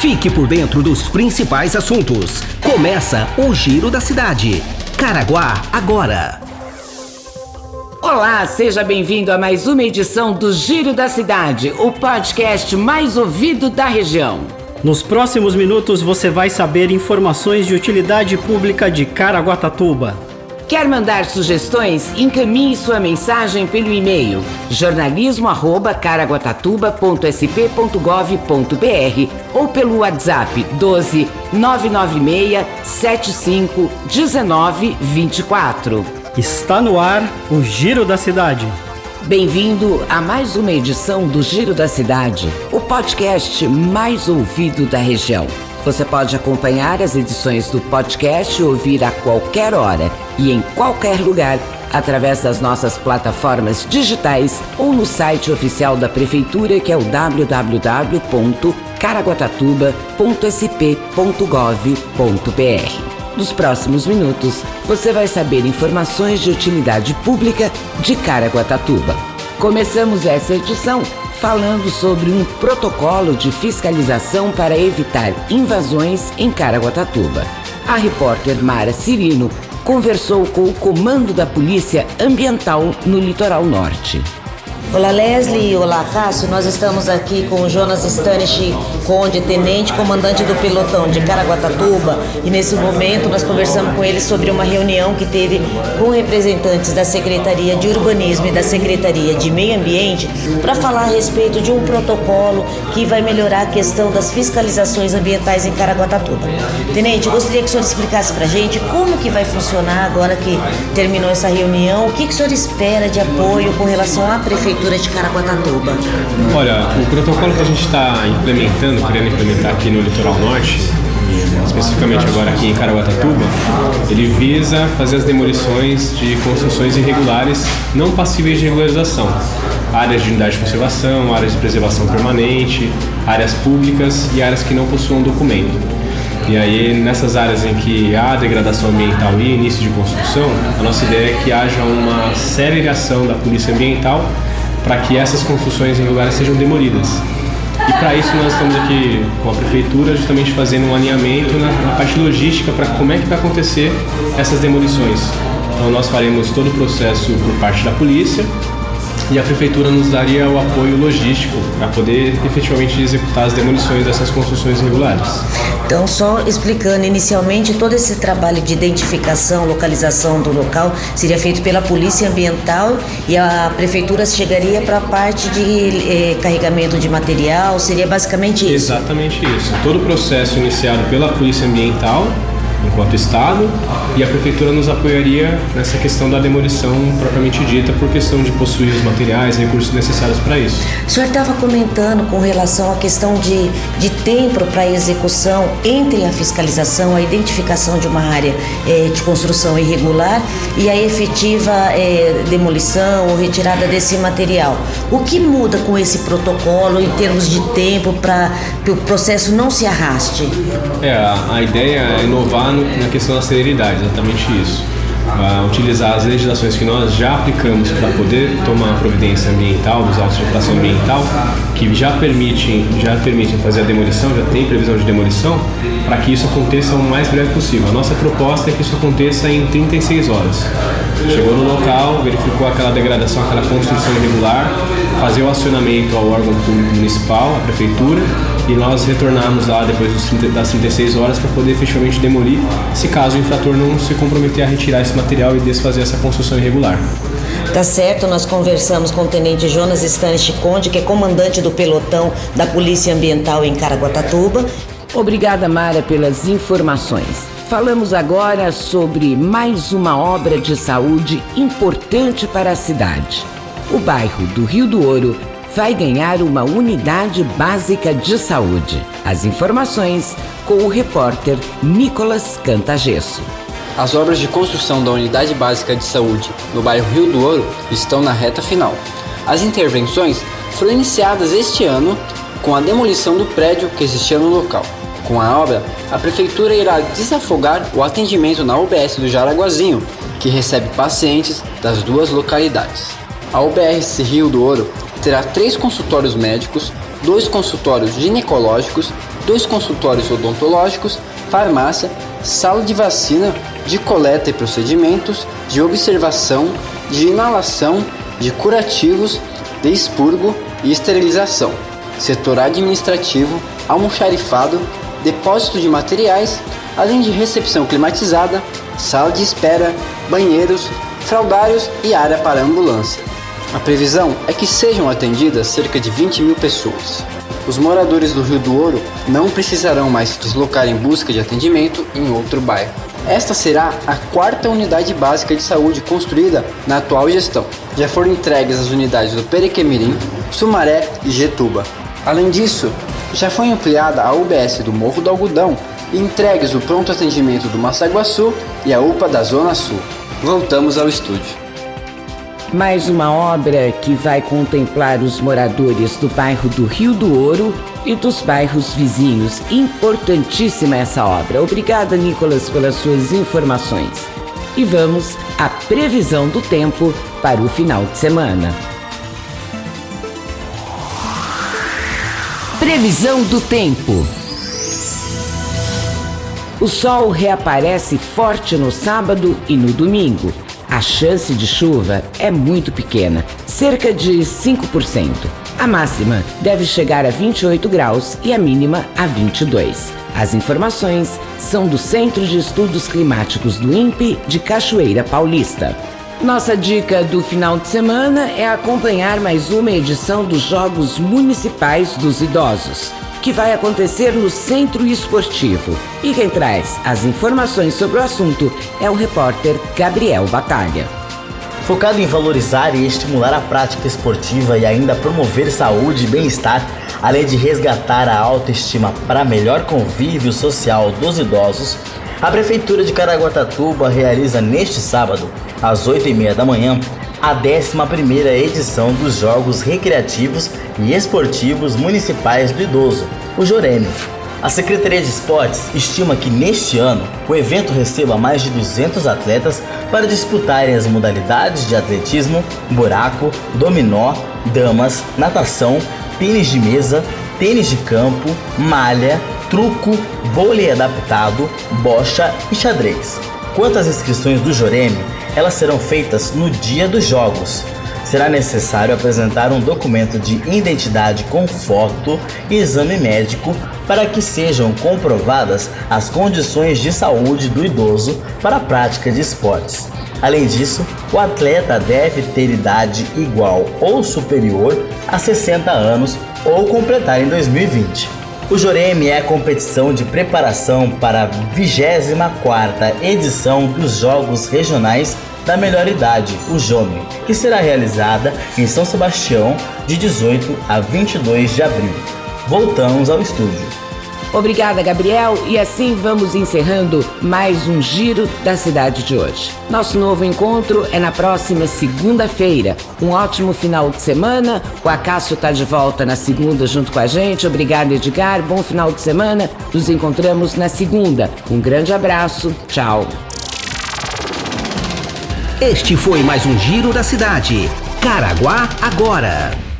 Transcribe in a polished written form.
Fique por dentro dos principais assuntos. Começa o Giro da Cidade. Caraguá agora. Olá, seja bem-vindo a mais uma edição do Giro da Cidade, o podcast mais ouvido da região. Nos próximos minutos você vai saber informações de utilidade pública de Caraguatatuba. Quer mandar sugestões? Encaminhe sua mensagem pelo e-mail jornalismo@caraguatatuba.sp.gov.br ou pelo WhatsApp 12 996 75 19 24. Está no ar o Giro da Cidade. Bem-vindo a mais uma edição do Giro da Cidade, o podcast mais ouvido da região. Você pode acompanhar as edições do podcast e ouvir a qualquer hora e em qualquer lugar através das nossas plataformas digitais ou no site oficial da Prefeitura, que é o www.caraguatatuba.sp.gov.br. Nos próximos minutos, você vai saber informações de utilidade pública de Caraguatatuba. Começamos essa edição falando sobre um protocolo de fiscalização para evitar invasões em Caraguatatuba. A repórter Mara Cirino conversou com o comando da Polícia Ambiental no Litoral Norte. Olá Leslie, olá Cássio, nós estamos aqui com o Jonas Stanisch Conde, tenente comandante do pelotão de Caraguatatuba, e nesse momento nós conversamos com ele sobre uma reunião que teve com representantes da Secretaria de Urbanismo e da Secretaria de Meio Ambiente para falar a respeito de um protocolo que vai melhorar a questão das fiscalizações ambientais em Caraguatatuba. Tenente, eu gostaria que o senhor explicasse para a gente como que vai funcionar agora que terminou essa reunião, o que o senhor espera de apoio com relação à Prefeitura de Caraguatatuba. Olha, o protocolo que a gente está querendo implementar aqui no Litoral Norte, especificamente agora aqui em Caraguatatuba, ele visa fazer as demolições de construções irregulares não passíveis de regularização. Áreas de unidade de conservação, áreas de preservação permanente, áreas públicas e áreas que não possuam documento. E aí, nessas áreas em que há degradação ambiental e início de construção, a nossa ideia é que haja uma séria ação da Polícia Ambiental para que essas construções irregulares sejam demolidas. E para isso nós estamos aqui com a Prefeitura justamente fazendo um alinhamento na parte logística para como é que vai acontecer essas demolições. Então nós faremos todo o processo por parte da Polícia e a Prefeitura nos daria o apoio logístico para poder efetivamente executar as demolições dessas construções irregulares. Então, só explicando, inicialmente todo esse trabalho de identificação, localização do local seria feito pela Polícia Ambiental e a Prefeitura chegaria para a parte de carregamento de material, seria basicamente isso? Exatamente isso. Todo o processo iniciado pela Polícia Ambiental, enquanto Estado, e a Prefeitura nos apoiaria nessa questão da demolição propriamente dita, por questão de possuir os materiais, recursos necessários para isso. O senhor estava comentando com relação à questão de tempo para a execução entre a fiscalização, a identificação de uma área de construção irregular e a efetiva demolição ou retirada desse material. O que muda com esse protocolo em termos de tempo para que o processo não se arraste? A ideia é inovar na questão da celeridade, exatamente isso. Utilizar as legislações que nós já aplicamos para poder tomar a providência ambiental, dos autos de infração ambiental, que já permitem fazer a demolição, já tem previsão de demolição, para que isso aconteça o mais breve possível. A nossa proposta é que isso aconteça em 36 horas. Chegou no local, verificou aquela degradação, aquela construção irregular, fazer o acionamento ao órgão público municipal, à Prefeitura, e nós retornarmos lá depois das 36 horas para poder efetivamente demolir, se caso o infrator não se comprometer a retirar esse material e desfazer essa construção irregular. Tá certo, nós conversamos com o tenente Jonas Stanisch Conde, que é comandante do pelotão da Polícia Ambiental em Caraguatatuba. Obrigada, Mara, pelas informações. Falamos agora sobre mais uma obra de saúde importante para a cidade. O bairro do Rio do Ouro vai ganhar uma unidade básica de saúde. As informações com o repórter Nicolas Cantagesso. As obras de construção da Unidade Básica de Saúde no bairro Rio do Ouro estão na reta final. As intervenções foram iniciadas este ano com a demolição do prédio que existia no local. Com a obra, a Prefeitura irá desafogar o atendimento na UBS do Jaraguazinho, que recebe pacientes das duas localidades. A UBS Rio do Ouro terá 3 consultórios médicos, 2 consultórios ginecológicos, 2 consultórios odontológicos, farmácia, sala de vacina, de coleta e procedimentos, de observação, de inalação, de curativos, de expurgo e esterilização, setor administrativo, almoxarifado, depósito de materiais, além de recepção climatizada, sala de espera, banheiros, fraldários e área para ambulância. A previsão é que sejam atendidas cerca de 20 mil pessoas. Os moradores do Rio do Ouro não precisarão mais se deslocar em busca de atendimento em outro bairro. Esta será a 4ª unidade básica de saúde construída na atual gestão. Já foram entregues as unidades do Perequemirim, Sumaré e Getuba. Além disso, já foi ampliada a UBS do Morro do Algodão e entregues o pronto atendimento do Massaguaçu e a UPA da Zona Sul. Voltamos ao estúdio. Mais uma obra que vai contemplar os moradores do bairro do Rio do Ouro e dos bairros vizinhos. Importantíssima essa obra. Obrigada, Nicolas, pelas suas informações. E vamos à previsão do tempo para o final de semana. Previsão do tempo. O sol reaparece forte no sábado e no domingo. A chance de chuva é muito pequena, cerca de 5%. A máxima deve chegar a 28 graus e a mínima a 22. As informações são do Centro de Estudos Climáticos do INPE de Cachoeira Paulista. Nossa dica do final de semana é acompanhar mais uma edição dos Jogos Municipais dos Idosos, que vai acontecer no Centro Esportivo. E quem traz as informações sobre o assunto é o repórter Gabriel Batalha. Focado em valorizar e estimular a prática esportiva e ainda promover saúde e bem-estar, além de resgatar a autoestima para melhor convívio social dos idosos, a Prefeitura de Caraguatatuba realiza neste sábado, às 8h30 da manhã, a 11ª edição dos Jogos Recreativos e Esportivos Municipais do Idoso, o Joreme. A Secretaria de Esportes estima que neste ano o evento receba mais de 200 atletas para disputarem as modalidades de atletismo, buraco, dominó, damas, natação, tênis de mesa, tênis de campo, malha, truco, vôlei adaptado, bocha e xadrez. Quanto às inscrições do Joreme, elas serão feitas no dia dos jogos. Será necessário apresentar um documento de identidade com foto e exame médico para que sejam comprovadas as condições de saúde do idoso para a prática de esportes. Além disso, o atleta deve ter idade igual ou superior a 60 anos ou completar em 2020. O Joreme é a competição de preparação para a 24ª edição dos Jogos Regionais da Melhor Idade, o JOME, que será realizada em São Sebastião de 18 a 22 de abril. Voltamos ao estúdio. Obrigada, Gabriel, e assim vamos encerrando mais um Giro da Cidade de hoje. Nosso novo encontro é na próxima segunda-feira. Um ótimo final de semana. O Acácio está de volta na segunda junto com a gente. Obrigada, Edgar. Bom final de semana. Nos encontramos na segunda. Um grande abraço. Tchau. Este foi mais um Giro da Cidade. Caraguá agora.